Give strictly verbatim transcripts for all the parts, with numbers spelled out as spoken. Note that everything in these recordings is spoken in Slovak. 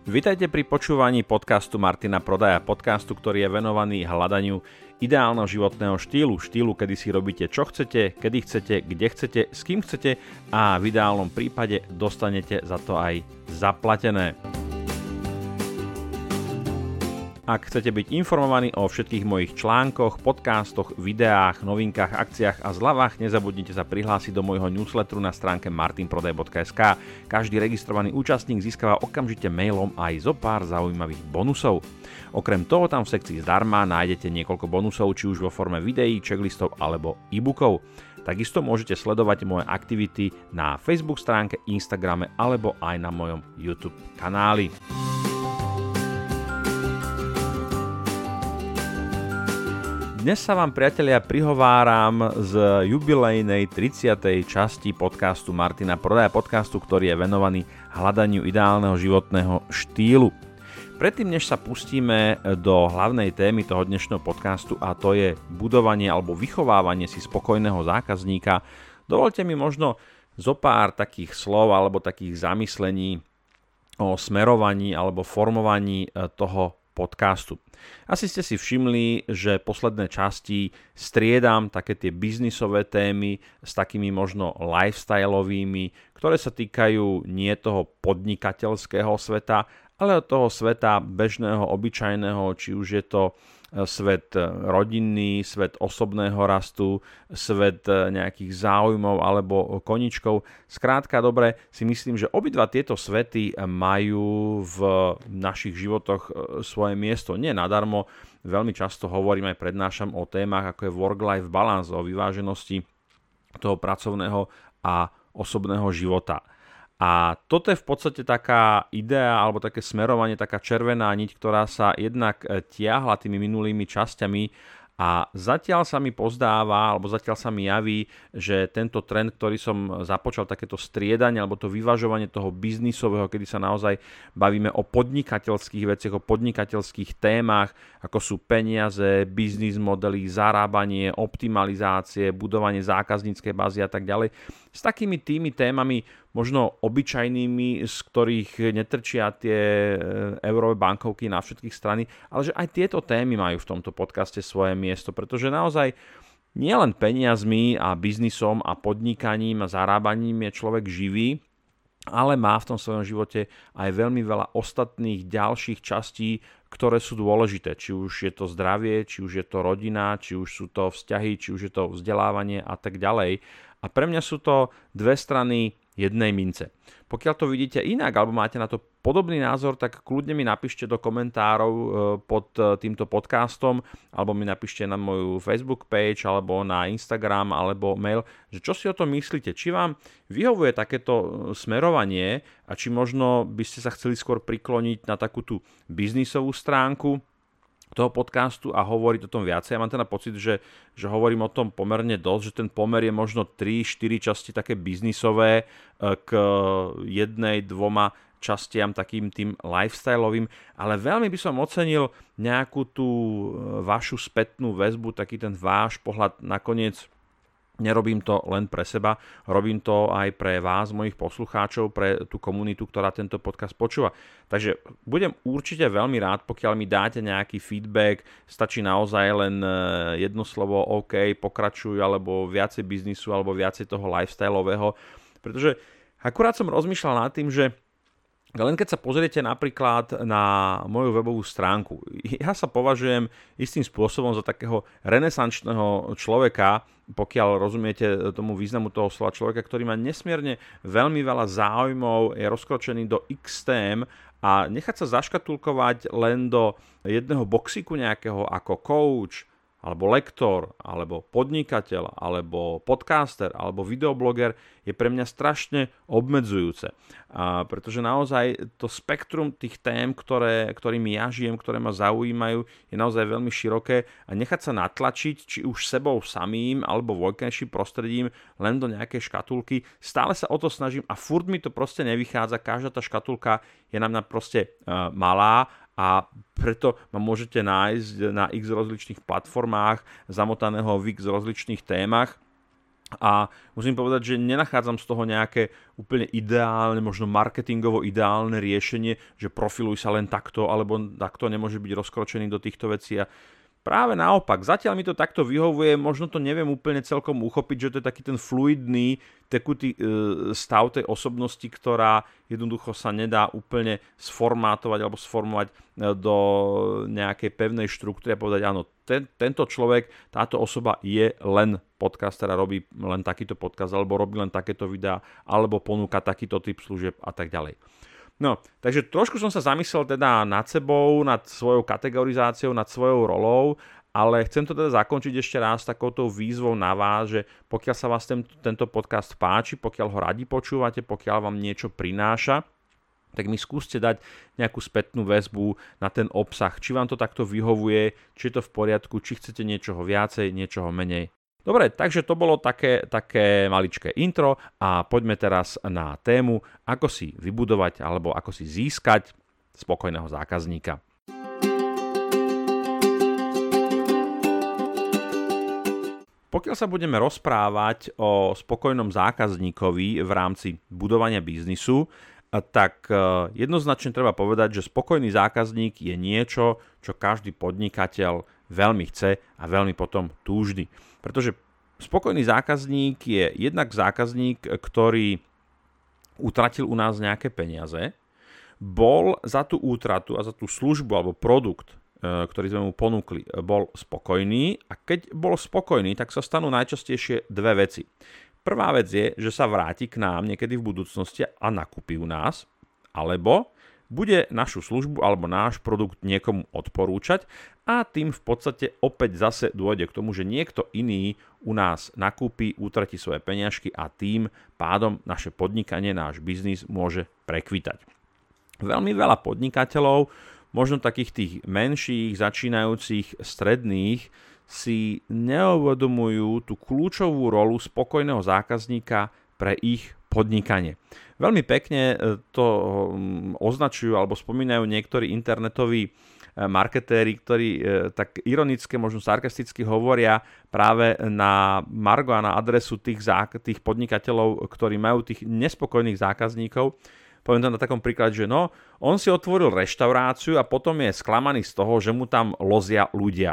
Vitajte pri počúvaní podcastu Martina Prodaja, podcastu, ktorý je venovaný hľadaniu ideálneho životného štýlu, štýlu, kedy si robíte čo chcete, kedy chcete, kde chcete, s kým chcete a v ideálnom prípade dostanete za to aj zaplatené. Ak chcete byť informovaní o všetkých mojich článkoch, podcastoch, videách, novinkách, akciách a zľavách, nezabudnite sa prihlásiť do môjho newsletteru na stránke martin prodaj bodka es ká. Každý registrovaný účastník získava okamžite mailom aj zo pár zaujímavých bonusov. Okrem toho tam v sekcii zdarma nájdete niekoľko bonusov, či už vo forme videí, checklistov alebo e-bookov. Takisto môžete sledovať moje aktivity na Facebook stránke, Instagrame alebo aj na mojom YouTube kanáli. Dnes sa vám, priatelia, prihováram z jubilejnej tridsiatej časti podcastu Martina Prodaja, podcastu, ktorý je venovaný hľadaniu ideálneho životného štýlu. Predtým, než sa pustíme do hlavnej témy toho dnešného podcastu, a to je budovanie alebo vychovávanie si spokojného zákazníka, dovolte mi možno zo pár takých slov alebo takých zamyslení o smerovaní alebo formovaní toho podcastu. Asi ste si všimli, že posledné časti striedam také tie biznisové témy s takými možno lifestyleovými, ktoré sa týkajú nie toho podnikateľského sveta, ale toho sveta bežného, obyčajného, či už je to svet rodinný, svet osobného rastu, svet nejakých záujmov alebo koničkov. Skrátka dobre, si myslím, že obidva tieto svety majú v našich životoch svoje miesto. Nie nadarmo, veľmi často hovorím aj prednášam o témach ako je work-life balance, o vyváženosti toho pracovného a osobného života. A toto je v podstate taká idea alebo také smerovanie, taká červená niť, ktorá sa jednak tiahla tými minulými časťami a zatiaľ sa mi pozdáva, alebo zatiaľ sa mi javí, že tento trend, ktorý som započal, takéto striedanie alebo to vyvažovanie toho biznisového, kedy sa naozaj bavíme o podnikateľských veciach, o podnikateľských témach, ako sú peniaze, biznis modely, zarábanie, optimalizácie, budovanie zákazníckej bázy a tak ďalej. S takými tými témami, možno obyčajnými, z ktorých netrčia tie eurové bankovky na všetkých strany, ale že aj tieto témy majú v tomto podcaste svoje miesto, pretože naozaj nielen peniazmi a biznisom a podnikaním a zarábaním je človek živý, ale má v tom svojom živote aj veľmi veľa ostatných ďalších častí, ktoré sú dôležité. Či už je to zdravie, či už je to rodina, či už sú to vzťahy, či už je to vzdelávanie a tak ďalej. A pre mňa sú to dve strany jednej mince. Pokiaľ to vidíte inak, alebo máte na to podobný názor, tak kľudne mi napíšte do komentárov pod týmto podcastom, alebo mi napíšte na moju Facebook page, alebo na Instagram, alebo mail, že čo si o tom myslíte. Či vám vyhovuje takéto smerovanie a či možno by ste sa chceli skôr prikloniť na takú tú biznisovú stránku toho podcastu a hovoriť o tom viacej. Ja mám teda pocit, že, že hovorím o tom pomerne dosť, že ten pomer je možno tri štyri časti také biznisové k jednej, dvoma častiam takým tým lifestyleovým, ale veľmi by som ocenil nejakú tú vašu spätnú väzbu, taký ten váš pohľad. Nakoniec nerobím to len pre seba, robím to aj pre vás, mojich poslucháčov, pre tú komunitu, ktorá tento podcast počúva. Takže budem určite veľmi rád, pokiaľ mi dáte nejaký feedback, stačí naozaj len jedno slovo OK, pokračuj, alebo viacej biznisu, alebo viacej toho lifestyleového, pretože akurát som rozmýšľal nad tým, že len keď sa pozriete napríklad na moju webovú stránku, ja sa považujem istým spôsobom za takého renesančného človeka, pokiaľ rozumiete tomu významu toho slova, človeka, ktorý má nesmierne veľmi veľa záujmov, je rozkročený do X tém a nechať sa zaškatulkovať len do jedného boxíku nejakého ako coach, alebo lektor, alebo podnikateľ, alebo podcaster, alebo videobloger je pre mňa strašne obmedzujúce. A pretože naozaj to spektrum tých tém, ktoré, ktorými ja žijem, ktoré ma zaujímajú, je naozaj veľmi široké a nechať sa natlačiť, či už sebou samým, alebo voľkejším prostredím, len do nejakej škatulky. Stále sa o to snažím a furt mi to proste nevychádza. Každá tá škatulka je na mňa proste uh, malá, a preto ma môžete nájsť na x rozličných platformách, zamotaného v x rozličných témach. A musím povedať, že nenachádzam z toho nejaké úplne ideálne, možno marketingovo ideálne riešenie, že profiluj sa len takto, alebo takto nemôže byť rozkročený do týchto vecí. A práve naopak, zatiaľ mi to takto vyhovuje, možno to neviem úplne celkom uchopiť, že to je taký ten fluidný, tekutý stav tej osobnosti, ktorá jednoducho sa nedá úplne sformátovať alebo sformovať do nejakej pevnej štruktúry a povedať, áno, ten, tento človek, táto osoba je len podcaster a robí len takýto podcast, alebo robí len takéto videá, alebo ponúka takýto typ služieb a tak ďalej. No, takže trošku som sa zamyslel teda nad sebou, nad svojou kategorizáciou, nad svojou rolou, ale chcem to teda zakončiť ešte raz takouto výzvou na vás, že pokiaľ sa vás ten, tento podcast páči, pokiaľ ho radi počúvate, pokiaľ vám niečo prináša, tak mi skúste dať nejakú spätnú väzbu na ten obsah, či vám to takto vyhovuje, či je to v poriadku, či chcete niečoho viacej, niečoho menej. Dobre, takže to bolo také, také maličké intro a poďme teraz na tému, ako si vybudovať alebo ako si získať spokojného zákazníka. Pokiaľ sa budeme rozprávať o spokojnom zákazníkovi v rámci budovania biznisu, tak jednoznačne treba povedať, že spokojný zákazník je niečo, čo každý podnikateľ veľmi chce a veľmi potom túždi. Pretože spokojný zákazník je jednak zákazník, ktorý utratil u nás nejaké peniaze, bol za tú útratu a za tú službu alebo produkt, ktorý sme mu ponúkli, bol spokojný a keď bol spokojný, tak sa stanú najčastejšie dve veci. Prvá vec je, že sa vráti k nám niekedy v budúcnosti a nakúpi u nás, alebo bude našu službu alebo náš produkt niekomu odporúčať a tým v podstate opäť zase dôjde k tomu, že niekto iný u nás nakúpi, utratí svoje peniažky a tým pádom naše podnikanie, náš biznis môže prekvitať. Veľmi veľa podnikateľov, možno takých tých menších, začínajúcich, stredných, si neuvedomujú tú kľúčovú rolu spokojného zákazníka pre ich podnikanie. Veľmi pekne to označujú alebo spomínajú niektorí internetoví marketéri, ktorí tak ironicky, možno sarkasticky hovoria práve na margo a na adresu tých, zák- tých podnikateľov, ktorí majú tých nespokojných zákazníkov. Poviem to na takom príklade, že no, on si otvoril reštauráciu a potom je sklamaný z toho, že mu tam lozia ľudia.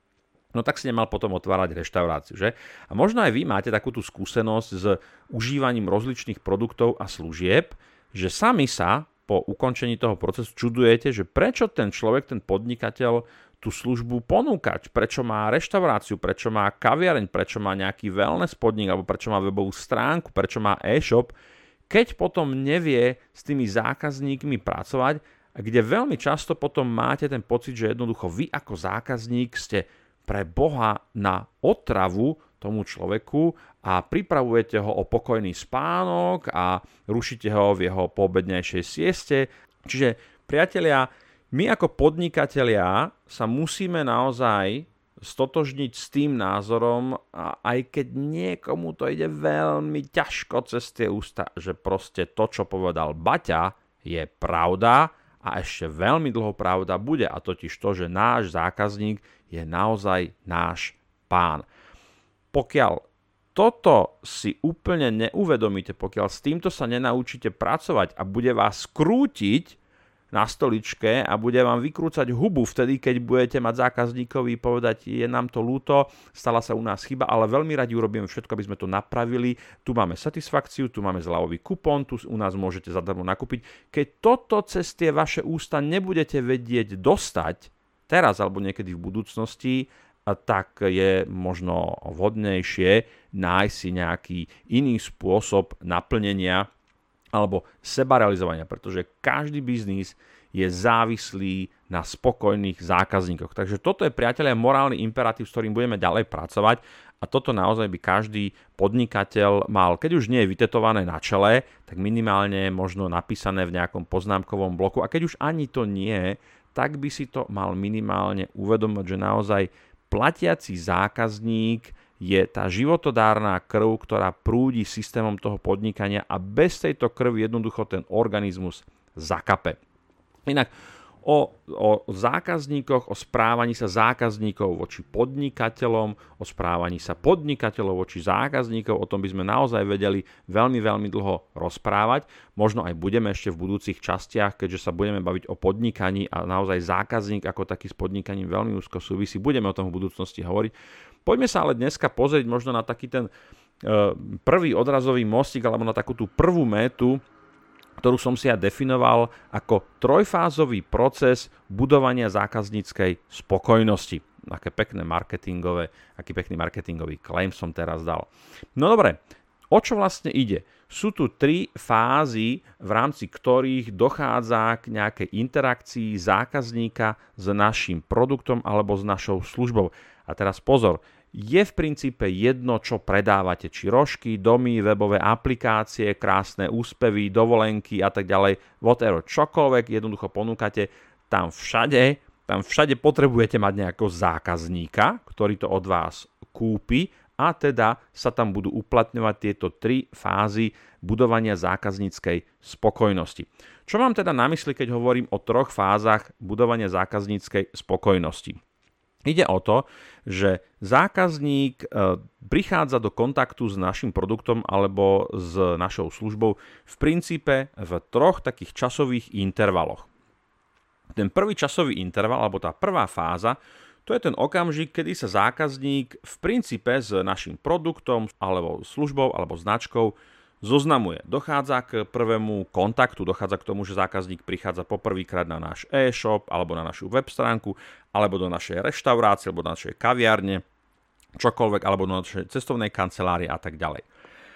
No tak si nemal potom otvárať reštauráciu, že? A možno aj vy máte takúto skúsenosť s užívaním rozličných produktov a služieb, že sami sa po ukončení toho procesu čudujete, že prečo ten človek, ten podnikateľ tú službu ponúkať, prečo má reštauráciu, prečo má kaviareň, prečo má nejaký wellness podnik, alebo prečo má webovú stránku, prečo má e-shop, keď potom nevie s tými zákazníkmi pracovať, kde veľmi často potom máte ten pocit, že jednoducho vy ako zákazník ste pre Boha na otravu tomu človeku a pripravujete ho o pokojný spánok a rušíte ho v jeho poobednejšej sieste. Čiže priatelia, my ako podnikatelia sa musíme naozaj stotožniť s tým názorom, a aj keď niekomu to ide veľmi ťažko cez tie ústa, že proste to, čo povedal Baťa, je pravda a ešte veľmi dlho pravda bude, a totiž to, že náš zákazník je naozaj náš pán. Pokiaľ toto si úplne neuvedomíte, pokiaľ s týmto sa nenaučíte pracovať a bude vás krútiť na stoličke a bude vám vykrúcať hubu vtedy, keď budete mať zákazníkovi povedať, je nám to ľúto, stala sa u nás chyba, ale veľmi radi urobíme všetko, aby sme to napravili, tu máme satisfakciu, tu máme zľavový kupón, tu u nás môžete zadarmo nakúpiť. Keď toto cez tie vaše ústa nebudete vedieť dostať, teraz alebo niekedy v budúcnosti, tak je možno vhodnejšie nájsť si nejaký iný spôsob naplnenia alebo sebarealizovania, pretože každý biznis je závislý na spokojných zákazníkoch. Takže toto je, priatelia, morálny imperatív, s ktorým budeme ďalej pracovať a toto naozaj by každý podnikateľ mal, keď už nie je vytetované na čele, tak minimálne možno napísané v nejakom poznámkovom bloku a keď už ani to nie, tak by si to mal minimálne uvedomiť, že naozaj platiaci zákazník je tá životodárna krv, ktorá prúdi systémom toho podnikania a bez tejto krvi jednoducho ten organizmus zakape. Inak o, o zákazníkoch, o správaní sa zákazníkov voči podnikateľom, o správaní sa podnikateľov voči zákazníkov. O tom by sme naozaj vedeli veľmi, veľmi dlho rozprávať. Možno aj budeme ešte v budúcich častiach, keďže sa budeme baviť o podnikaní a naozaj zákazník ako taký s podnikaním veľmi úzko súvisí. Budeme o tom v budúcnosti hovoriť. Poďme sa ale dneska pozrieť možno na taký ten uh, prvý odrazový mostík alebo na takú tú prvú métu, ktorú som si ja definoval ako trojfázový proces budovania zákazníckej spokojnosti. Aké pekné marketingové, aký pekný marketingový claim som teraz dal. No dobre, o čo vlastne ide? Sú tu tri fázy, v rámci ktorých dochádza k nejakej interakcii zákazníka s našim produktom alebo s našou službou. A teraz pozor, je v princípe jedno, čo predávate, či rožky, domy, webové aplikácie, krásne úspevy, dovolenky a tak ďalej, whatever, čokoľvek jednoducho ponúkate, tam všade, tam všade potrebujete mať nejakého zákazníka, ktorý to od vás kúpi a teda sa tam budú uplatňovať tieto tri fázy budovania zákazníckej spokojnosti. Čo mám teda na mysli, keď hovorím o troch fázach budovania zákazníckej spokojnosti? Ide o to, že zákazník prichádza do kontaktu s našim produktom alebo s našou službou v princípe v troch takých časových intervaloch. Ten prvý časový interval, alebo tá prvá fáza, to je ten okamžik, kedy sa zákazník v princípe s našim produktom alebo službou alebo značkou zoznamuje. Dochádza k prvému kontaktu, dochádza k tomu, že zákazník prichádza poprvýkrát na náš e-shop alebo na našu web stránku alebo do našej reštaurácie alebo do našej kaviárne, čokoľvek, alebo do našej cestovnej kancelárie a tak ďalej.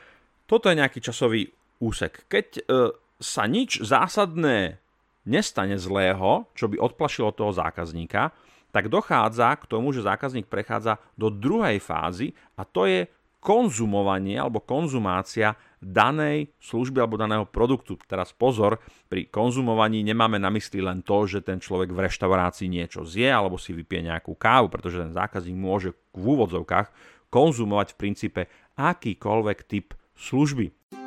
Toto je nejaký časový úsek. Keď e, sa nič zásadné nestane zlého, čo by odplašilo toho zákazníka, tak dochádza k tomu, že zákazník prechádza do druhej fázy a to je konzumovanie alebo konzumácia danej služby alebo daného produktu. Teraz pozor, pri konzumovaní nemáme na mysli len to, že ten človek v reštaurácii niečo zje alebo si vypije nejakú kávu, pretože ten zákazník môže v úvodzovkách konzumovať v princípe akýkoľvek typ služby.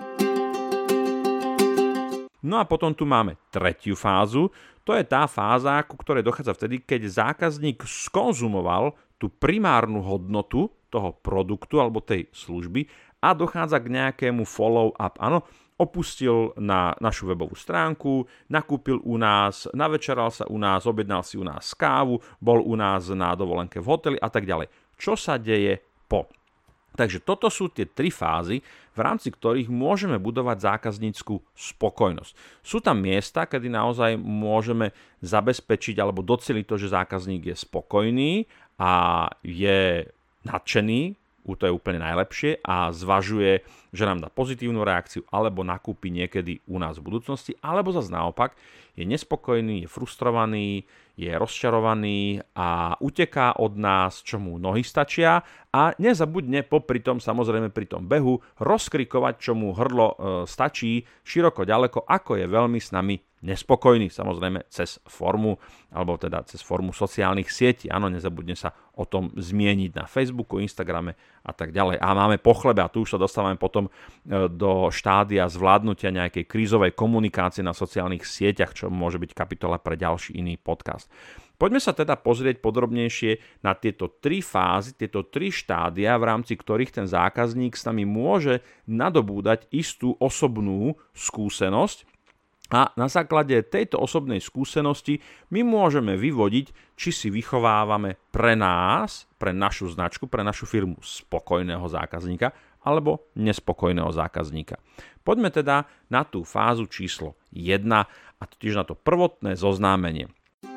No a potom tu máme tretiu fázu. To je tá fáza, ku ktorej dochádza vtedy, keď zákazník skonzumoval tú primárnu hodnotu toho produktu alebo tej služby a dochádza k nejakému follow-up. Áno, opustil na našu webovú stránku, nakúpil u nás, navečeral sa u nás, objednal si u nás kávu, bol u nás na dovolenke v hoteli a tak ďalej. Čo sa deje po? Takže toto sú tie tri fázy, v rámci ktorých môžeme budovať zákaznícku spokojnosť. Sú tam miesta, kedy naozaj môžeme zabezpečiť alebo doceliť to, že zákazník je spokojný a je nadšený, to je úplne najlepšie a zvažuje, že nám dá pozitívnu reakciu alebo nakúpi niekedy u nás v budúcnosti, alebo zase naopak je nespokojný, je frustrovaný, je rozčarovaný a uteká od nás, čo mu nohy stačia a nezabudne popri tom, samozrejme pri tom behu, rozkrikovať, čo mu hrdlo e, stačí široko ďaleko, ako je veľmi s nami nespokojný, samozrejme cez formu, alebo teda cez formu sociálnych sietí. Áno, nezabudne sa o tom zmieniť na Facebooku, Instagrame a tak ďalej. A máme po chlebe, a tu už sa dostávame potom do štádia zvládnutia nejakej krízovej komunikácie na sociálnych sieťach, čo môže byť kapitola pre ďalší iný podcast. Poďme sa teda pozrieť podrobnejšie na tieto tri fázy, tieto tri štádia, v rámci ktorých ten zákazník s nami môže nadobúdať istú osobnú skúsenosť. A na základe tejto osobnej skúsenosti my môžeme vyvodiť, či si vychovávame pre nás, pre našu značku, pre našu firmu spokojného zákazníka alebo nespokojného zákazníka. Poďme teda na tú fázu číslo jeden, a totiž na to prvotné zoznámenie.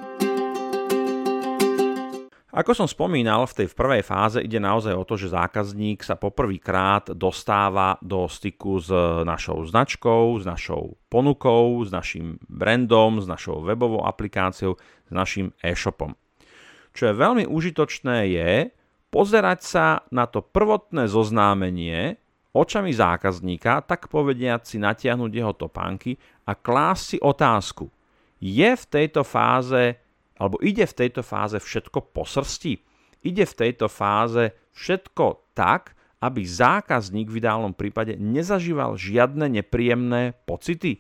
Ako som spomínal, v tej prvej fáze ide naozaj o to, že zákazník sa poprvýkrát dostáva do styku s našou značkou, s našou ponukou, s našim brandom, s našou webovou aplikáciou, s našim e-shopom. Čo je veľmi užitočné je pozerať sa na to prvotné zoznámenie očami zákazníka, tak povediať si natiahnuť jeho topánky a klásť si otázku. Je v tejto fáze alebo ide v tejto fáze všetko po srsti? Ide v tejto fáze všetko tak, aby zákazník v ideálnom prípade nezažíval žiadne nepríjemné pocity?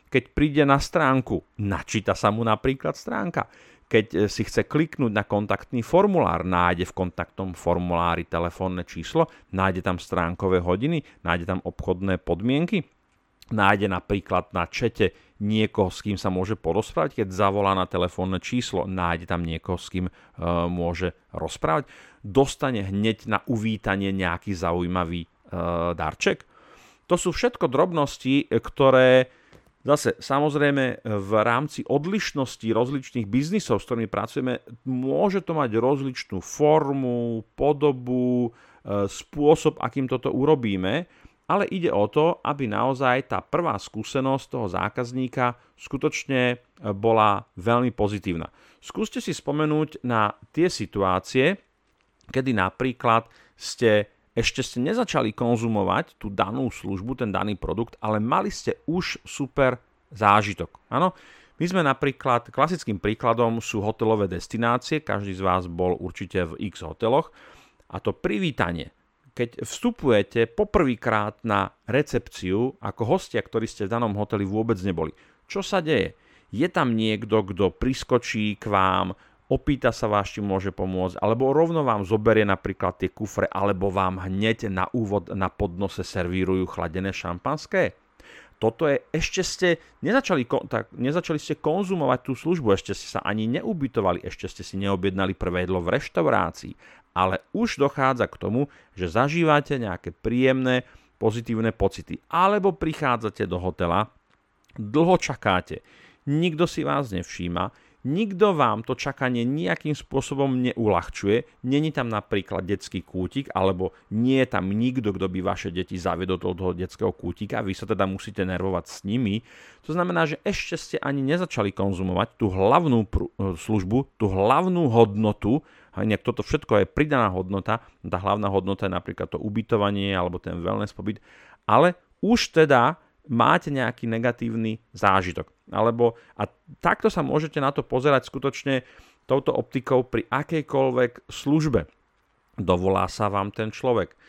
Keď príde na stránku, načíta sa mu napríklad stránka. Keď si chce kliknúť na kontaktný formulár, nájde v kontaktnom formulári telefónne číslo, nájde tam stránkové hodiny, nájde tam obchodné podmienky, nájde napríklad na čete niekoho, s kým sa môže porozprávať, keď zavolá na telefónne číslo, nájde tam niekoho, s kým e, môže rozprávať, dostane hneď na uvítanie nejaký zaujímavý e, darček. To sú všetko drobnosti, ktoré zase, samozrejme, v rámci odlišnosti rozličných biznisov, s ktorými pracujeme, môže to mať rozličnú formu, podobu, spôsob, akým toto urobíme, ale ide o to, aby naozaj tá prvá skúsenosť toho zákazníka skutočne bola veľmi pozitívna. Skúste si spomenúť na tie situácie, kedy napríklad ste ešte ste nezačali konzumovať tú danú službu, ten daný produkt, ale mali ste už super zážitok. Áno, my sme napríklad, klasickým príkladom sú hotelové destinácie, každý z vás bol určite v X hoteloch, a to privítanie. Keď vstupujete poprvýkrát na recepciu ako hostia, ktorí ste v danom hoteli vôbec neboli, čo sa deje? Je tam niekto, kto priskočí k vám, opýta sa vás, či môže pomôcť, alebo rovno vám zoberie napríklad tie kufre, alebo vám hneď na úvod na podnose servírujú chladené šampanské. Toto je, ešte ste nezačali, tak, nezačali ste konzumovať tú službu, ešte ste sa ani neubytovali, ešte ste si neobjednali prvé jedlo v reštaurácii, ale už dochádza k tomu, že zažívate nejaké príjemné, pozitívne pocity, alebo prichádzate do hotela, dlho čakáte, nikto si vás nevšíma, nikto vám to čakanie nejakým spôsobom neuľahčuje. Není tam napríklad detský kútik, alebo nie je tam nikto, kto by vaše deti zaviedol do toho detského kútika. Vy sa teda musíte nervovať s nimi. To znamená, že ešte ste ani nezačali konzumovať tú hlavnú pr- službu, tú hlavnú hodnotu. A inak toto všetko je pridaná hodnota. Tá hlavná hodnota je napríklad to ubytovanie alebo ten wellness pobyt. Ale už teda máte nejaký negatívny zážitok. Alebo, a takto sa môžete na to pozerať skutočne touto optikou pri akejkoľvek službe. Dovolá sa vám ten človek, e,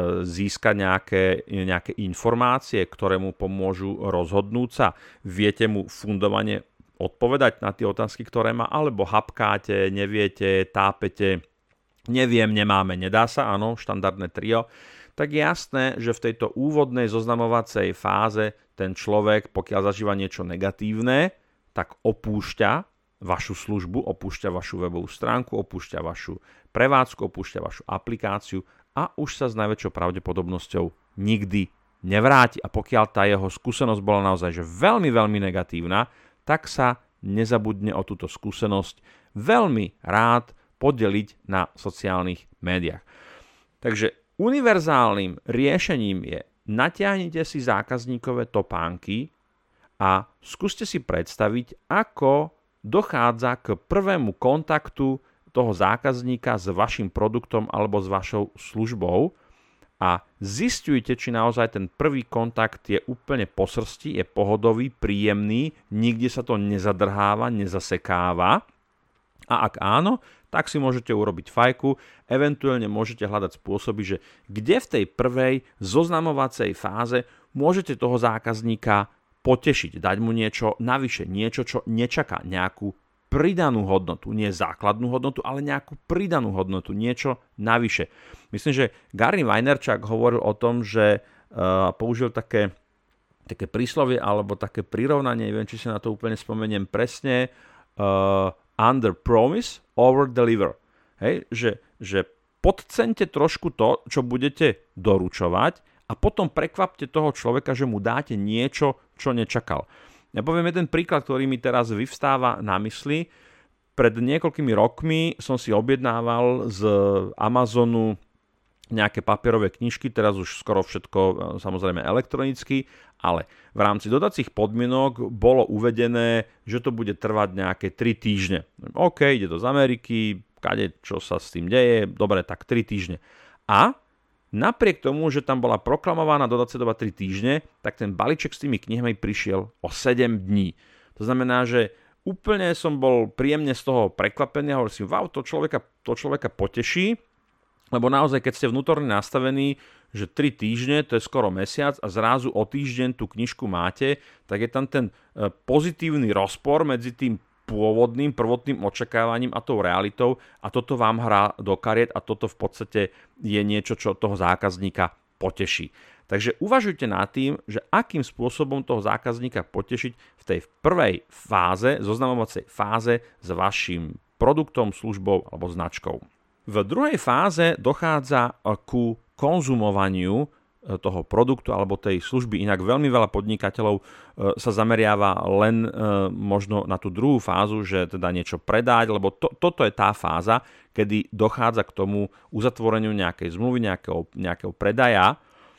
získa nejaké, nejaké informácie, ktoré mu pomôžu rozhodnúť sa. Viete mu fundovane odpovedať na tie otázky, ktoré má, alebo hapkáte, neviete, tápete, neviem, nemáme, nedá sa, áno, štandardné trio. Tak je jasné, že v tejto úvodnej zoznamovacej fáze ten človek, pokiaľ zažíva niečo negatívne, tak opúšťa vašu službu, opúšťa vašu webovú stránku, opúšťa vašu prevádzku, opúšťa vašu aplikáciu a už sa s najväčšou pravdepodobnosťou nikdy nevráti. A pokiaľ tá jeho skúsenosť bola naozaj že veľmi, veľmi negatívna, tak sa nezabudne o túto skúsenosť veľmi rád podeliť na sociálnych médiách. Takže univerzálnym riešením je natiahnite si zákazníkové topánky a skúste si predstaviť, ako dochádza k prvému kontaktu toho zákazníka s vašim produktom alebo s vašou službou a zisťujte, či naozaj ten prvý kontakt je úplne po srsti, je pohodový, príjemný, nikde sa to nezadrháva, nezasekáva. A ak áno, tak si môžete urobiť fajku, eventuálne môžete hľadať spôsoby, že kde v tej prvej zoznamovacej fáze môžete toho zákazníka potešiť, dať mu niečo navyše, niečo, čo nečaká, nejakú pridanú hodnotu, nie základnú hodnotu, ale nejakú pridanú hodnotu, niečo navyše. Myslím, že Gary Vaynerchuk hovoril o tom, že uh, použil také, také príslovie alebo také prirovnanie, neviem, či si na to úplne spomeniem presne, uh, under promise, over deliver. Hej, že, že podcente trošku to, čo budete doručovať a potom prekvapte toho človeka, že mu dáte niečo, čo nečakal. Ja poviem jeden príklad, ktorý mi teraz vyvstáva na mysli. Pred niekoľkými rokmi som si objednával z Amazonu nejaké papierové knižky, teraz už skoro všetko samozrejme elektronicky, ale v rámci dodacích podmienok bolo uvedené, že to bude trvať nejaké tri týždne. OK, ide to z Ameriky, kade čo sa s tým deje, dobre, tak tri týždne. A napriek tomu, že tam bola proklamovaná dodacia doba tri týždne, tak ten balíček s tými knihami prišiel o sedem dní. To znamená, že úplne som bol príjemne z toho prekvapený a hovorím si, wow, to človeka, to človeka poteší, lebo naozaj, keď ste vnútorne nastavení, že tri týždne, to je skoro mesiac a zrazu o týždeň tú knižku máte, tak je tam ten pozitívny rozpor medzi tým pôvodným, prvotným očakávaním a tou realitou a toto vám hrá do kariet a toto v podstate je niečo, čo toho zákazníka poteší. Takže uvažujte nad tým, že akým spôsobom toho zákazníka potešiť v tej prvej fáze, zoznamovacej fáze s vašim produktom, službou alebo značkou. V druhej fáze dochádza ku konzumovaniu toho produktu alebo tej služby. Inak veľmi veľa podnikateľov sa zameriava len možno na tú druhú fázu, že teda niečo predať, lebo to, toto je tá fáza, kedy dochádza k tomu uzatvoreniu nejakej zmluvy, nejakého, nejakého predaja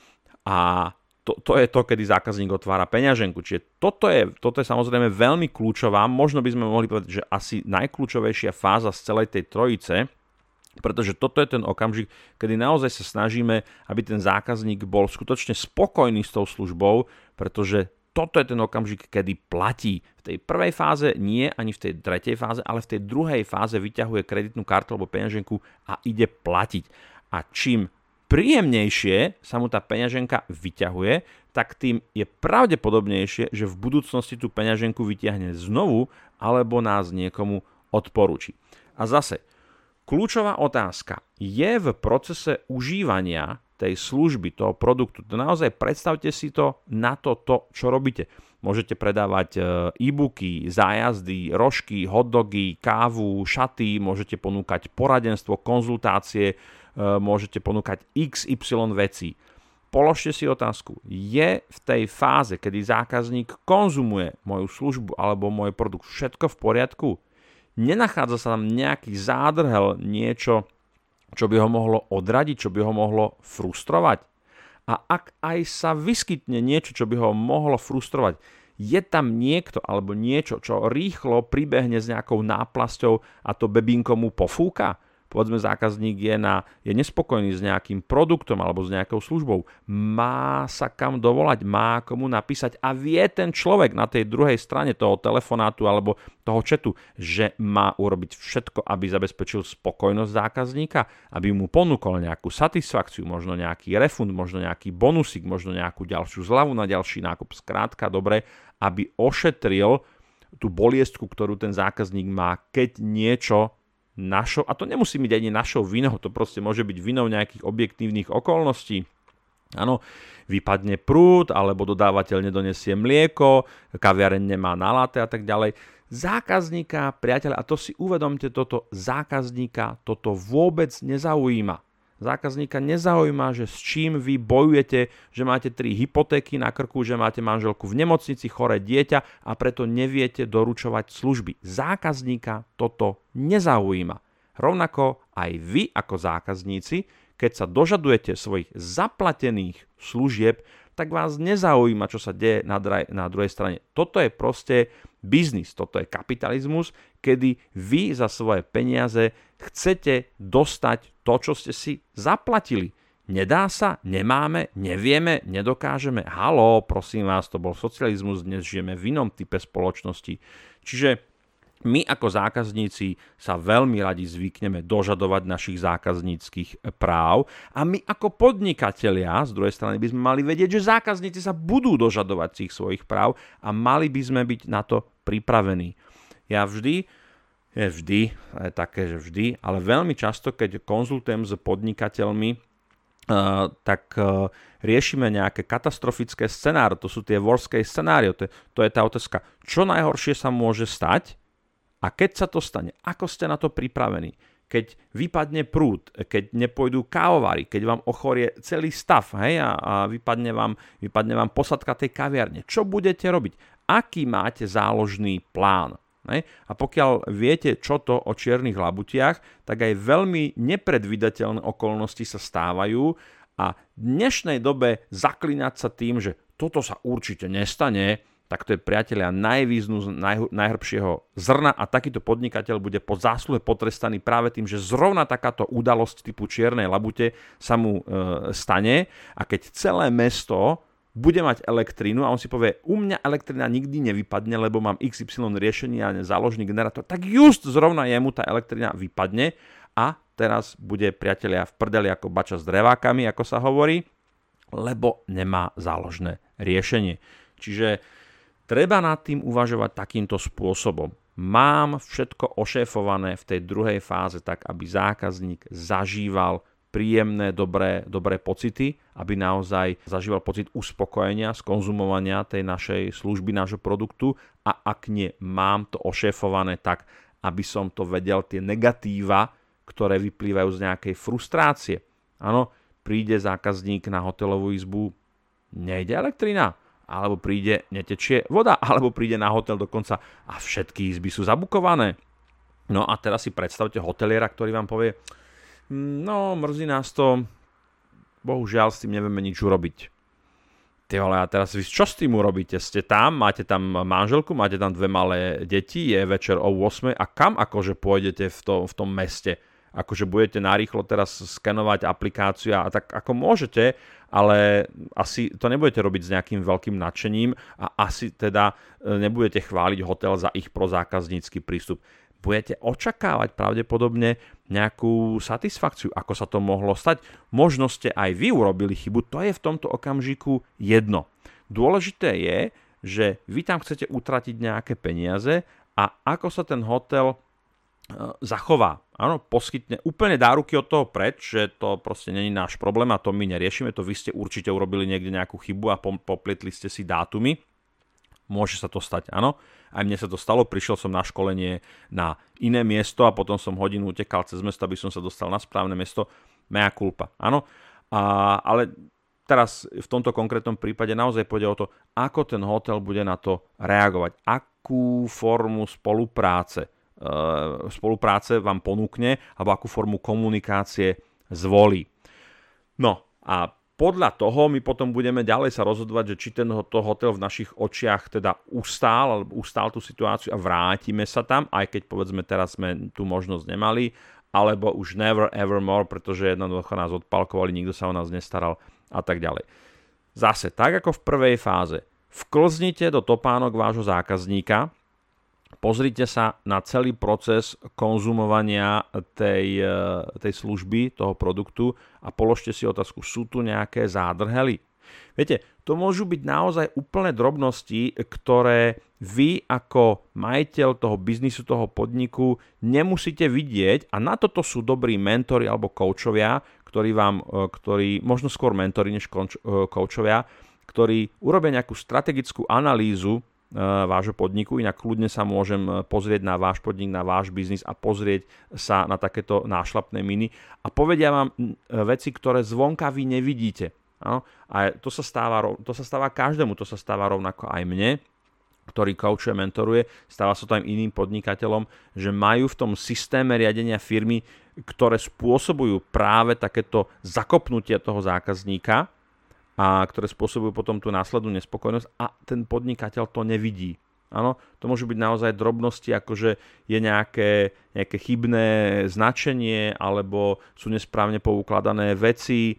a to, to je to, kedy zákazník otvára peňaženku. Čiže toto je, toto je samozrejme veľmi kľúčová, možno by sme mohli povedať, že asi najkľúčovejšia fáza z celej tej trojice, pretože toto je ten okamžik, kedy naozaj sa snažíme, aby ten zákazník bol skutočne spokojný s tou službou, pretože toto je ten okamžik, kedy platí. V tej prvej fáze nie, ani v tej tretej fáze, ale v tej druhej fáze vyťahuje kreditnú kartu alebo peňaženku a ide platiť. A čím príjemnejšie sa mu tá peňaženka vyťahuje, tak tým je pravdepodobnejšie, že v budúcnosti tú peňaženku vyťahne znovu alebo nás niekomu odporúči. A zase, kľúčová otázka je v procese užívania tej služby, toho produktu. To naozaj predstavte si to na to, to, čo robíte. Môžete predávať e-booky, zájazdy, rožky, hotdogy, kávu, šaty, môžete ponúkať poradenstvo, konzultácie, môžete ponúkať iks ypsilon vecí. Položte si otázku, je v tej fáze, kedy zákazník konzumuje moju službu alebo môj produkt všetko v poriadku? Nenachádza sa tam nejaký zádrhel, niečo, čo by ho mohlo odradiť, čo by ho mohlo frustrovať? A ak aj sa vyskytne niečo, čo by ho mohlo frustrovať, je tam niekto alebo niečo, čo rýchlo pribehne s nejakou náplasťou a to bebínko mu pofúka? Povedzme, zákazník je, na, je nespokojný s nejakým produktom alebo s nejakou službou. Má sa kam dovolať, má komu napísať a vie ten človek na tej druhej strane toho telefonátu alebo toho chatu, že má urobiť všetko, aby zabezpečil spokojnosť zákazníka, aby mu ponúkol nejakú satisfakciu, možno nejaký refund, možno nejaký bonusik, možno nejakú ďalšiu zľavu na ďalší nákup. Skrátka, dobre, aby ošetril tú boliestku, ktorú ten zákazník má, keď niečo našou, a to nemusí byť ani našou vinou, to proste môže byť vinou nejakých objektívnych okolností. Áno, vypadne prúd, alebo dodávateľ nedonesie mlieko, kaviareň nemá na latte a tak ďalej. Zákazníka, priateľ, a to si uvedomte, toto zákazníka toto vôbec nezaujíma. Zákazníka nezaujíma, že s čím vy bojujete, že máte tri hypotéky na krku, že máte manželku v nemocnici, choré dieťa a preto neviete doručovať služby. Zákazníka toto nezaujíma. Rovnako aj vy ako zákazníci, keď sa dožadujete svojich zaplatených služieb, tak vás nezaujíma, čo sa deje na, draj, na druhej strane. Toto je proste biznis, toto je kapitalizmus, kedy vy za svoje peniaze chcete dostať to, čo ste si zaplatili. Nedá sa, nemáme, nevieme, nedokážeme. Haló, prosím vás, to bol socializmus, dnes žijeme v inom type spoločnosti. Čiže my ako zákazníci sa veľmi radi zvykneme dožadovať našich zákazníckych práv a my ako podnikatelia, z druhej strany by sme mali vedieť, že zákazníci sa budú dožadovať tých svojich práv a mali by sme byť na to pripravení. Ja vždy, je vždy, je také, že vždy, ale veľmi často, keď konzultujem s podnikateľmi, Uh, tak uh, riešime nejaké katastrofické scenáre, to sú tie worst case scenário, to je, to je tá otázka, čo najhoršie sa môže stať a keď sa to stane, ako ste na to pripravení, keď vypadne prúd, keď nepôjdu kávovary, keď vám ochorie celý stav, hej, a, a vypadne, vám, vypadne vám posadka tej kaviarne, čo budete robiť, aký máte záložný plán. Ne? A pokiaľ viete, čo to o čiernych labutiach, tak aj veľmi nepredvídateľné okolnosti sa stávajú a v dnešnej dobe zaklínať sa tým, že toto sa určite nestane, tak to je, priatelia, najvýznu z naj, najhrbšieho zrna a takýto podnikateľ bude po zásluhe potrestaný práve tým, že zrovna takáto udalosť typu čiernej labute sa mu e, stane a keď celé mesto bude mať elektrínu a on si povie, u mňa elektrina nikdy nevypadne, lebo mám iks ypsilon riešenie a záložný generátor, tak just zrovna jemu tá elektrina vypadne a teraz bude, priatelia, v prdeli ako bača s drevákami, ako sa hovorí, lebo nemá záložné riešenie. Čiže treba nad tým uvažovať takýmto spôsobom. Mám všetko ošéfované v tej druhej fáze tak, aby zákazník zažíval príjemné, dobré, dobré pocity, aby naozaj zažíval pocit uspokojenia z konzumovania tej našej služby, nášho produktu, a ak nie, mám to ošéfované tak, aby som to vedel, tie negatíva, ktoré vyplývajú z nejakej frustrácie. Áno, príde zákazník na hotelovú izbu, nejde elektrina, alebo príde, netečie voda, alebo príde na hotel dokonca a všetky izby sú zabukované. No a teraz si predstavte hoteliera, ktorý vám povie: no, mrzí nás to, bohužiaľ s tým nevieme nič urobiť. Ty vole, a teraz vy čo s tým urobíte? Ste tam, máte tam manželku, máte tam dve malé deti, je večer o ôsmej a kam akože pôjdete v, to, v tom meste? Akože budete narýchlo teraz skenovať aplikáciu a tak ako môžete, ale asi to nebudete robiť s nejakým veľkým nadšením a asi teda nebudete chváliť hotel za ich prozákaznícky prístup. Budete očakávať pravdepodobne nejakú satisfakciu, ako sa to mohlo stať. Možno ste aj vy urobili chybu, to je v tomto okamžiku jedno. Dôležité je, že vy tam chcete utratiť nejaké peniaze a ako sa ten hotel zachová. Áno, poskytne úplne dáruky od toho preč, že to proste není náš problém a to my neriešime, to vy ste určite urobili niekde nejakú chybu a poplietli ste si dátumy. Môže sa to stať, áno. Aj mne sa to stalo, prišiel som na školenie na iné miesto a potom som hodinu utekal cez mesto, aby som sa dostal na správne miesto. Mea culpa, áno. A, ale teraz v tomto konkrétnom prípade naozaj pôjde o to, ako ten hotel bude na to reagovať. Akú formu spolupráce, e, spolupráce vám ponúkne, alebo akú formu komunikácie zvolí. No a podľa toho my potom budeme ďalej sa rozhodovať, že či ten hotel v našich očiach teda ustál, alebo ustál tú situáciu a vrátime sa tam, aj keď povedzme teraz sme tú možnosť nemali, alebo už never ever more, pretože jednoducho nás odpalkovali, nikto sa o nás nestaral a tak ďalej. Zase, tak ako v prvej fáze, vklznite do topánok vášho zákazníka, pozrite sa na celý proces konzumovania tej, tej služby, toho produktu a položte si otázku, sú tu nejaké zádrhely? Viete, to môžu byť naozaj úplné drobnosti, ktoré vy ako majiteľ toho biznisu, toho podniku nemusíte vidieť a na toto sú dobrí mentori alebo koučovia, ktorí vám, ktorí, možno skôr mentori než koučovia, ktorí urobia nejakú strategickú analýzu vášho podniku, inak kľudne sa môžem pozrieť na váš podnik, na váš biznis a pozrieť sa na takéto nášlapné miny a povedia vám veci, ktoré zvonka vy nevidíte. No? A to sa, stáva, to sa stáva každému, to sa stáva rovnako aj mne, ktorý coachuje, mentoruje, stáva sa to aj iným podnikateľom, že majú v tom systéme riadenia firmy, ktoré spôsobujú práve takéto zakopnutie toho zákazníka, a ktoré spôsobujú potom tú následnú nespokojnosť a ten podnikateľ to nevidí. Áno, to môžu byť naozaj drobnosti, akože je nejaké, nejaké chybné značenie alebo sú nesprávne poukladané veci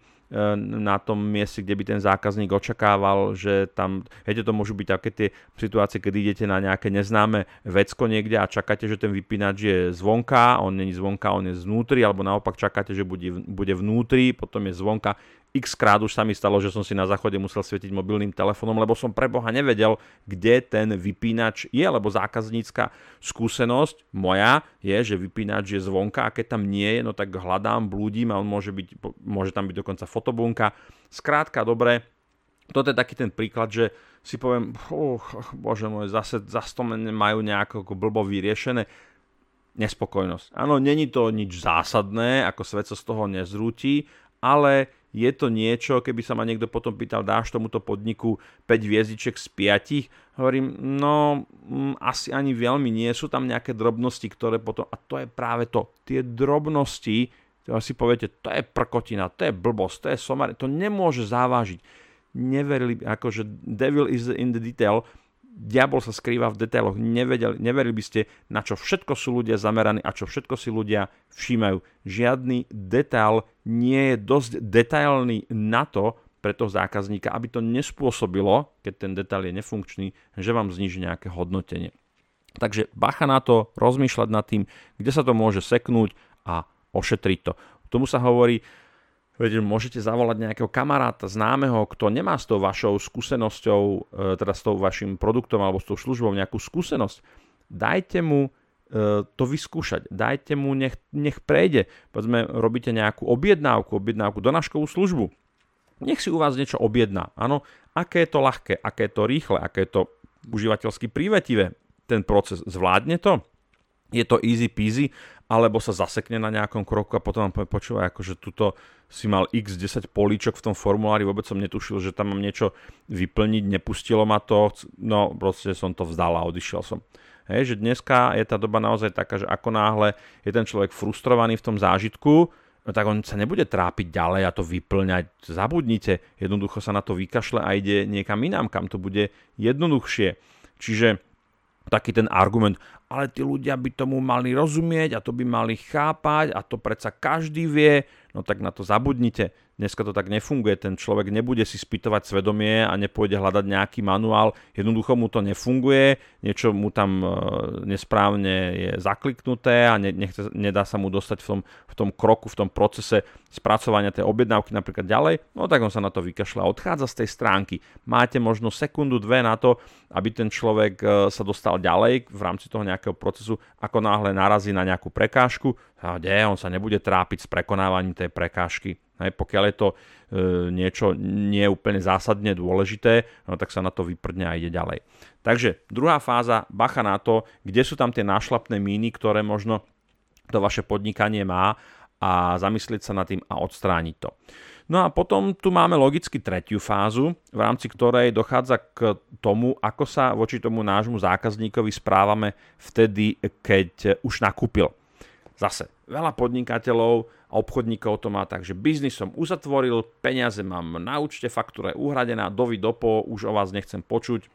na tom mieste, kde by ten zákazník očakával, že tam, viete, to môžu byť také tie situácie, keď idete na nejaké neznáme vecko niekde a čakáte, že ten vypínač je zvonka, on není zvonka, on je znútri, alebo naopak čakáte, že bude, bude vnútri, potom je zvonka. X krát už sa mi stalo, že som si na záchode musel svietiť mobilným telefónom, lebo som pre Boha nevedel, kde ten vypínač je, lebo zákaznícka skúsenosť moja je, že vypínač je zvonka a keď tam nie je, no tak hľadám, blúdim a on môže byť, môže tam byť dokonca fotobunka. Skrátka, dobre, toto je taký ten príklad, že si poviem, oh, bože môj, zase, zase to majú nejako blbo vyriešené. Nespokojnosť. Áno, není to nič zásadné, ako svet sa z toho nezrúti, ale je to niečo, keby sa ma niekto potom pýtal, dáš tomuto podniku päť hviezdičiek z piatich? Hovorím, no m, asi ani veľmi nie, sú tam nejaké drobnosti, ktoré potom, a to je práve to, tie drobnosti, to si poviete, to je prkotina, to je blbosť, to je somar, to nemôže závažiť. Neverili, akože devil is in the detail, diabol sa skrýva v detailoch, nevedeli, neverili by ste, na čo všetko sú ľudia zameraní a čo všetko si ľudia všímajú. Žiadny detail nie je dosť detailný na to pre toho zákazníka, aby to nespôsobilo, keď ten detail je nefunkčný, že vám zniží nejaké hodnotenie. Takže bacha na to, rozmýšľať nad tým, kde sa to môže seknúť a ošetriť to. Tomu sa hovorí Viete, môžete zavolať nejakého kamaráta, známeho, kto nemá s tou vašou skúsenosťou, teda s tou vašim produktom alebo s tou službou nejakú skúsenosť. Dajte mu to vyskúšať, dajte mu, nech, nech prejde. Povedzme, robíte nejakú objednávku, objednávku donáškovú službu. Nech si u vás niečo objedná. Áno, aké je to ľahké, aké je to rýchle, aké je to užívateľsky prívetivé. Ten proces zvládne to? Je to easy peasy, alebo sa zasekne na nejakom kroku a potom vám povie, počúvaj, akože tuto si mal x desať políčok v tom formulári, vôbec som netušil, že tam mám niečo vyplniť, nepustilo ma to, no proste som to vzdal a odišiel som. Hej, že dneska je tá doba naozaj taká, že ako náhle je ten človek frustrovaný v tom zážitku, no tak on sa nebude trápiť ďalej a to vyplňať. Zabudnite, jednoducho sa na to vykašle a ide niekam inám, kam to bude jednoduchšie. Čiže taký ten argument, ale tí ľudia by tomu mali rozumieť a to by mali chápať a to predsa každý vie, no tak na to zabudnite. Dneska to tak nefunguje, ten človek nebude si spýtovať svedomie a nepôjde hľadať nejaký manuál, jednoducho mu to nefunguje, niečo mu tam nesprávne je zakliknuté a ne, nechce, nedá sa mu dostať v tom, v tom kroku, v tom procese spracovania tej objednávky napríklad ďalej, no tak on sa na to vykašľa a odchádza z tej stránky. Máte možno sekundu, dve na to, aby ten človek sa dostal ďalej v rámci toho nejakého procesu, ako náhle narazí na nejakú prekážku, a nie, on sa nebude trápiť s prekonávaním tej prekážky. Hej, pokiaľ je to e, niečo nie úplne zásadne dôležité, no tak sa na to vyprdne a ide ďalej. Takže druhá fáza, bacha na to, kde sú tam tie nášlapné míny, ktoré možno to vaše podnikanie má a zamyslieť sa nad tým a odstrániť to. No a potom tu máme logicky tretiu fázu, v rámci ktorej dochádza k tomu, ako sa voči tomu nášmu zákazníkovi správame vtedy, keď už nakúpil. Zase, veľa podnikateľov a obchodníkov to má tak, že biznis som uzatvoril, peniaze mám na účte, faktúra je uhradená, dovi dopo, už o vás nechcem počuť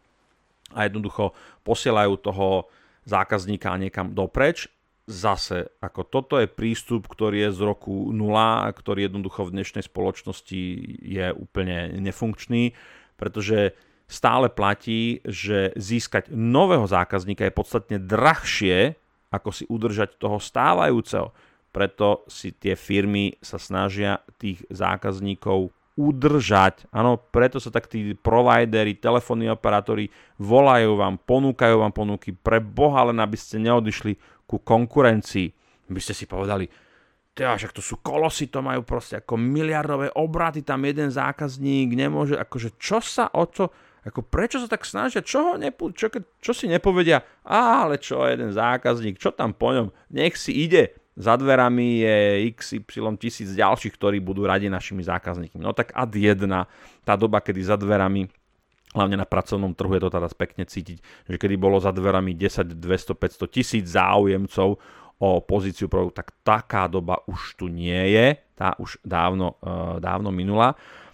a jednoducho posielajú toho zákazníka niekam dopreč. Zase, ako toto je prístup, ktorý je z roku nula, ktorý jednoducho v dnešnej spoločnosti je úplne nefunkčný, pretože stále platí, že získať nového zákazníka je podstatne drahšie, ako si udržať toho stávajúceho. Preto si tie firmy sa snažia tých zákazníkov udržať. Áno, preto sa tak tí providery, telefónni operátori volajú vám, ponúkajú vám ponuky pre Boha, len aby ste neodišli ku konkurencii. By ste si povedali, teda, však to sú kolosy, to majú proste ako miliardové obraty, tam jeden zákazník nemôže, akože čo sa o to... Ako prečo sa tak snažia? Čo, ho nepo, čo, čo si nepovedia? Á, ale čo, jeden zákazník, čo tam po ňom? Nech si ide. Za dverami je iks ypsilon tisíc ďalších, ktorí budú radi našimi zákazníkmi. No tak ad jedna, tá doba, kedy za dverami, hlavne na pracovnom trhu je to teraz pekne cítiť, že kedy bolo za dverami desať, dvesto, päťsto tisíc záujemcov o pozíciu produktu, tak taká doba už tu nie je. Tá už dávno, dávno minula.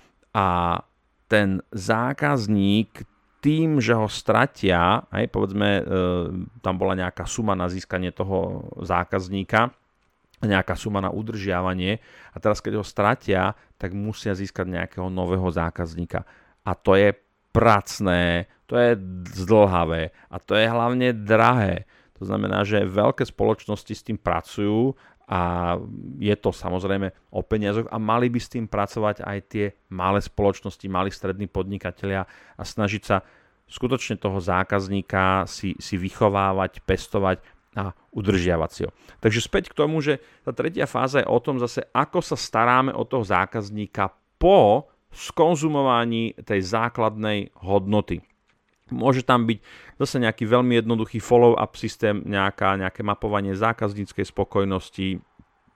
A ten zákazník tým, že ho stratia, aj povedzme, e, tam bola nejaká suma na získanie toho zákazníka, nejaká suma na udržiavanie a teraz keď ho stratia, tak musia získať nejakého nového zákazníka. A to je pracné, to je zdĺhavé a to je hlavne drahé. To znamená, že veľké spoločnosti s tým pracujú a je to samozrejme o peniazoch a mali by s tým pracovať aj tie malé spoločnosti, malí strední podnikatelia a snažiť sa skutočne toho zákazníka si, si vychovávať, pestovať a udržiavať si ho. Takže späť k tomu, že tá tretia fáza je o tom zase, ako sa staráme o toho zákazníka po skonzumovaní tej základnej hodnoty. Môže tam byť zase nejaký veľmi jednoduchý follow-up systém, nejaká, nejaké mapovanie zákazníckej spokojnosti.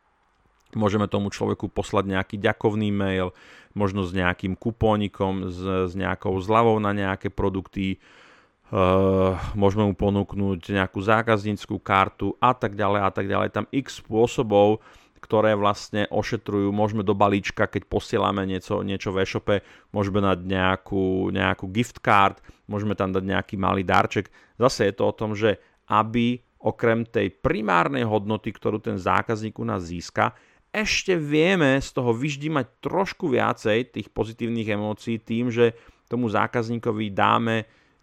Môžeme tomu človeku poslať nejaký ďakovný mail, možno s nejakým kupónikom, s, s nejakou zľavou na nejaké produkty. Uh, môžeme mu ponúknuť nejakú zákaznícku kartu a tak ďalej a tak ďalej. Tam x spôsobov, ktoré vlastne ošetrujú. Môžeme do balíčka, keď posielame niečo, niečo v e-shope, môžeme dať nejakú, nejakú gift card, môžeme tam dať nejaký malý darček. Zase je to o tom, že aby okrem tej primárnej hodnoty, ktorú ten zákazník u nás získa, ešte vieme z toho vyždímať trošku viacej tých pozitívnych emócií tým, že tomu zákazníkovi dáme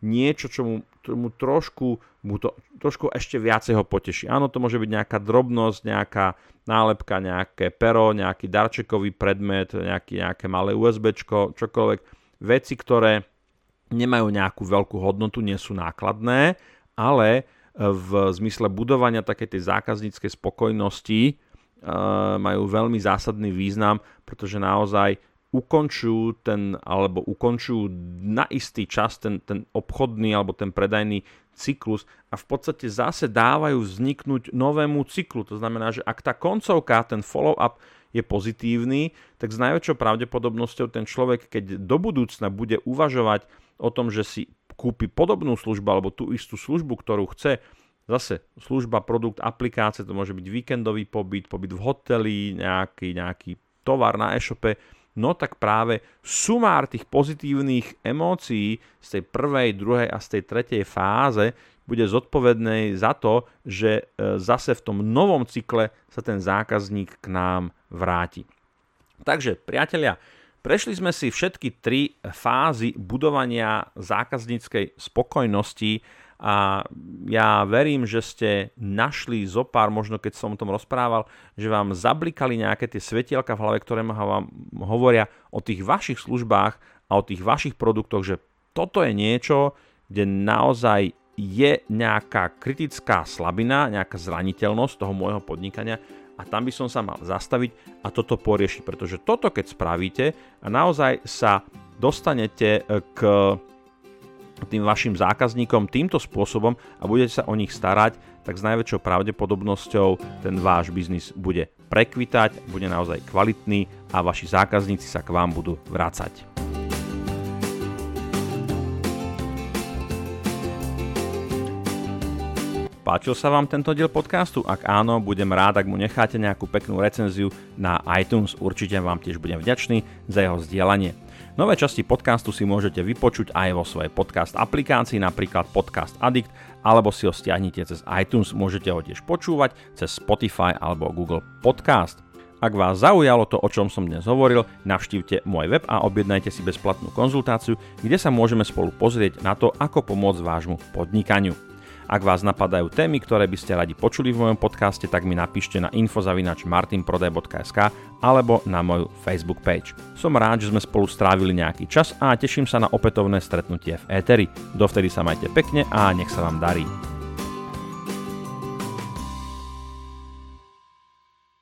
niečo, čo mu, čo mu trošku, mu to, trošku ešte viacej ho poteší. Áno, to môže byť nejaká drobnosť, nejaká nálepka, nejaké pero, nejaký darčekový predmet, nejaký, nejaké malé USBčko, čokoľvek. Veci, ktoré nemajú nejakú veľkú hodnotu, nie sú nákladné, ale v zmysle budovania takej tej zákazníckej spokojnosti majú veľmi zásadný význam, pretože naozaj ukončujú ten, alebo ukončujú na istý čas ten, ten obchodný alebo ten predajný cyklus a v podstate zase dávajú vzniknúť novému cyklu. To znamená, že ak tá koncovka, ten follow-up je pozitívny, tak s najväčšou pravdepodobnosťou ten človek, keď do budúcna bude uvažovať o tom, že si kúpi podobnú službu alebo tú istú službu, ktorú chce, zase služba, produkt, aplikácie, to môže byť víkendový pobyt, pobyt v hoteli, nejaký, nejaký tovar na e-shope, no tak práve sumár tých pozitívnych emócií z tej prvej, druhej a z tej tretej fáze bude zodpovedný za to, že zase v tom novom cykle sa ten zákazník k nám vráti. Takže, priatelia, prešli sme si všetky tri fázy budovania zákazníckej spokojnosti a ja verím, že ste našli zopár, možno keď som o tom rozprával, že vám zablikali nejaké tie svetielka v hlave, ktoré vám hovoria o tých vašich službách a o tých vašich produktoch, že toto je niečo, kde naozaj je nejaká kritická slabina, nejaká zraniteľnosť toho môjho podnikania a tam by som sa mal zastaviť a toto poriešiť, pretože toto keď spravíte a naozaj sa dostanete k tým vašim zákazníkom týmto spôsobom a budete sa o nich starať, tak s najväčšou pravdepodobnosťou ten váš biznis bude prekvitať, bude naozaj kvalitný a vaši zákazníci sa k vám budú vracať. Páčil sa vám tento diel podcastu? Ak áno, budem rád, ak mu necháte nejakú peknú recenziu na iTunes. Určite vám tiež budem vďačný za jeho zdieľanie. Nové časti podcastu si môžete vypočuť aj vo svojej podcast aplikácii, napríklad Podcast Addict, alebo si ho stiahnite cez iTunes. Môžete ho tiež počúvať cez Spotify alebo Google Podcast. Ak vás zaujalo to, o čom som dnes hovoril, navštívte môj web a objednajte si bezplatnú konzultáciu, kde sa môžeme spolu pozrieť na to, ako pomôcť vášmu podnikaniu. Ak vás napadajú témy, ktoré by ste radi počuli v mojom podcaste, tak mi napíšte na info zavináč martin prodaj bodka es ká alebo na moju Facebook page. Som rád, že sme spolu strávili nejaký čas a teším sa na opätovné stretnutie v éteri. Dovtedy sa majte pekne a nech sa vám darí.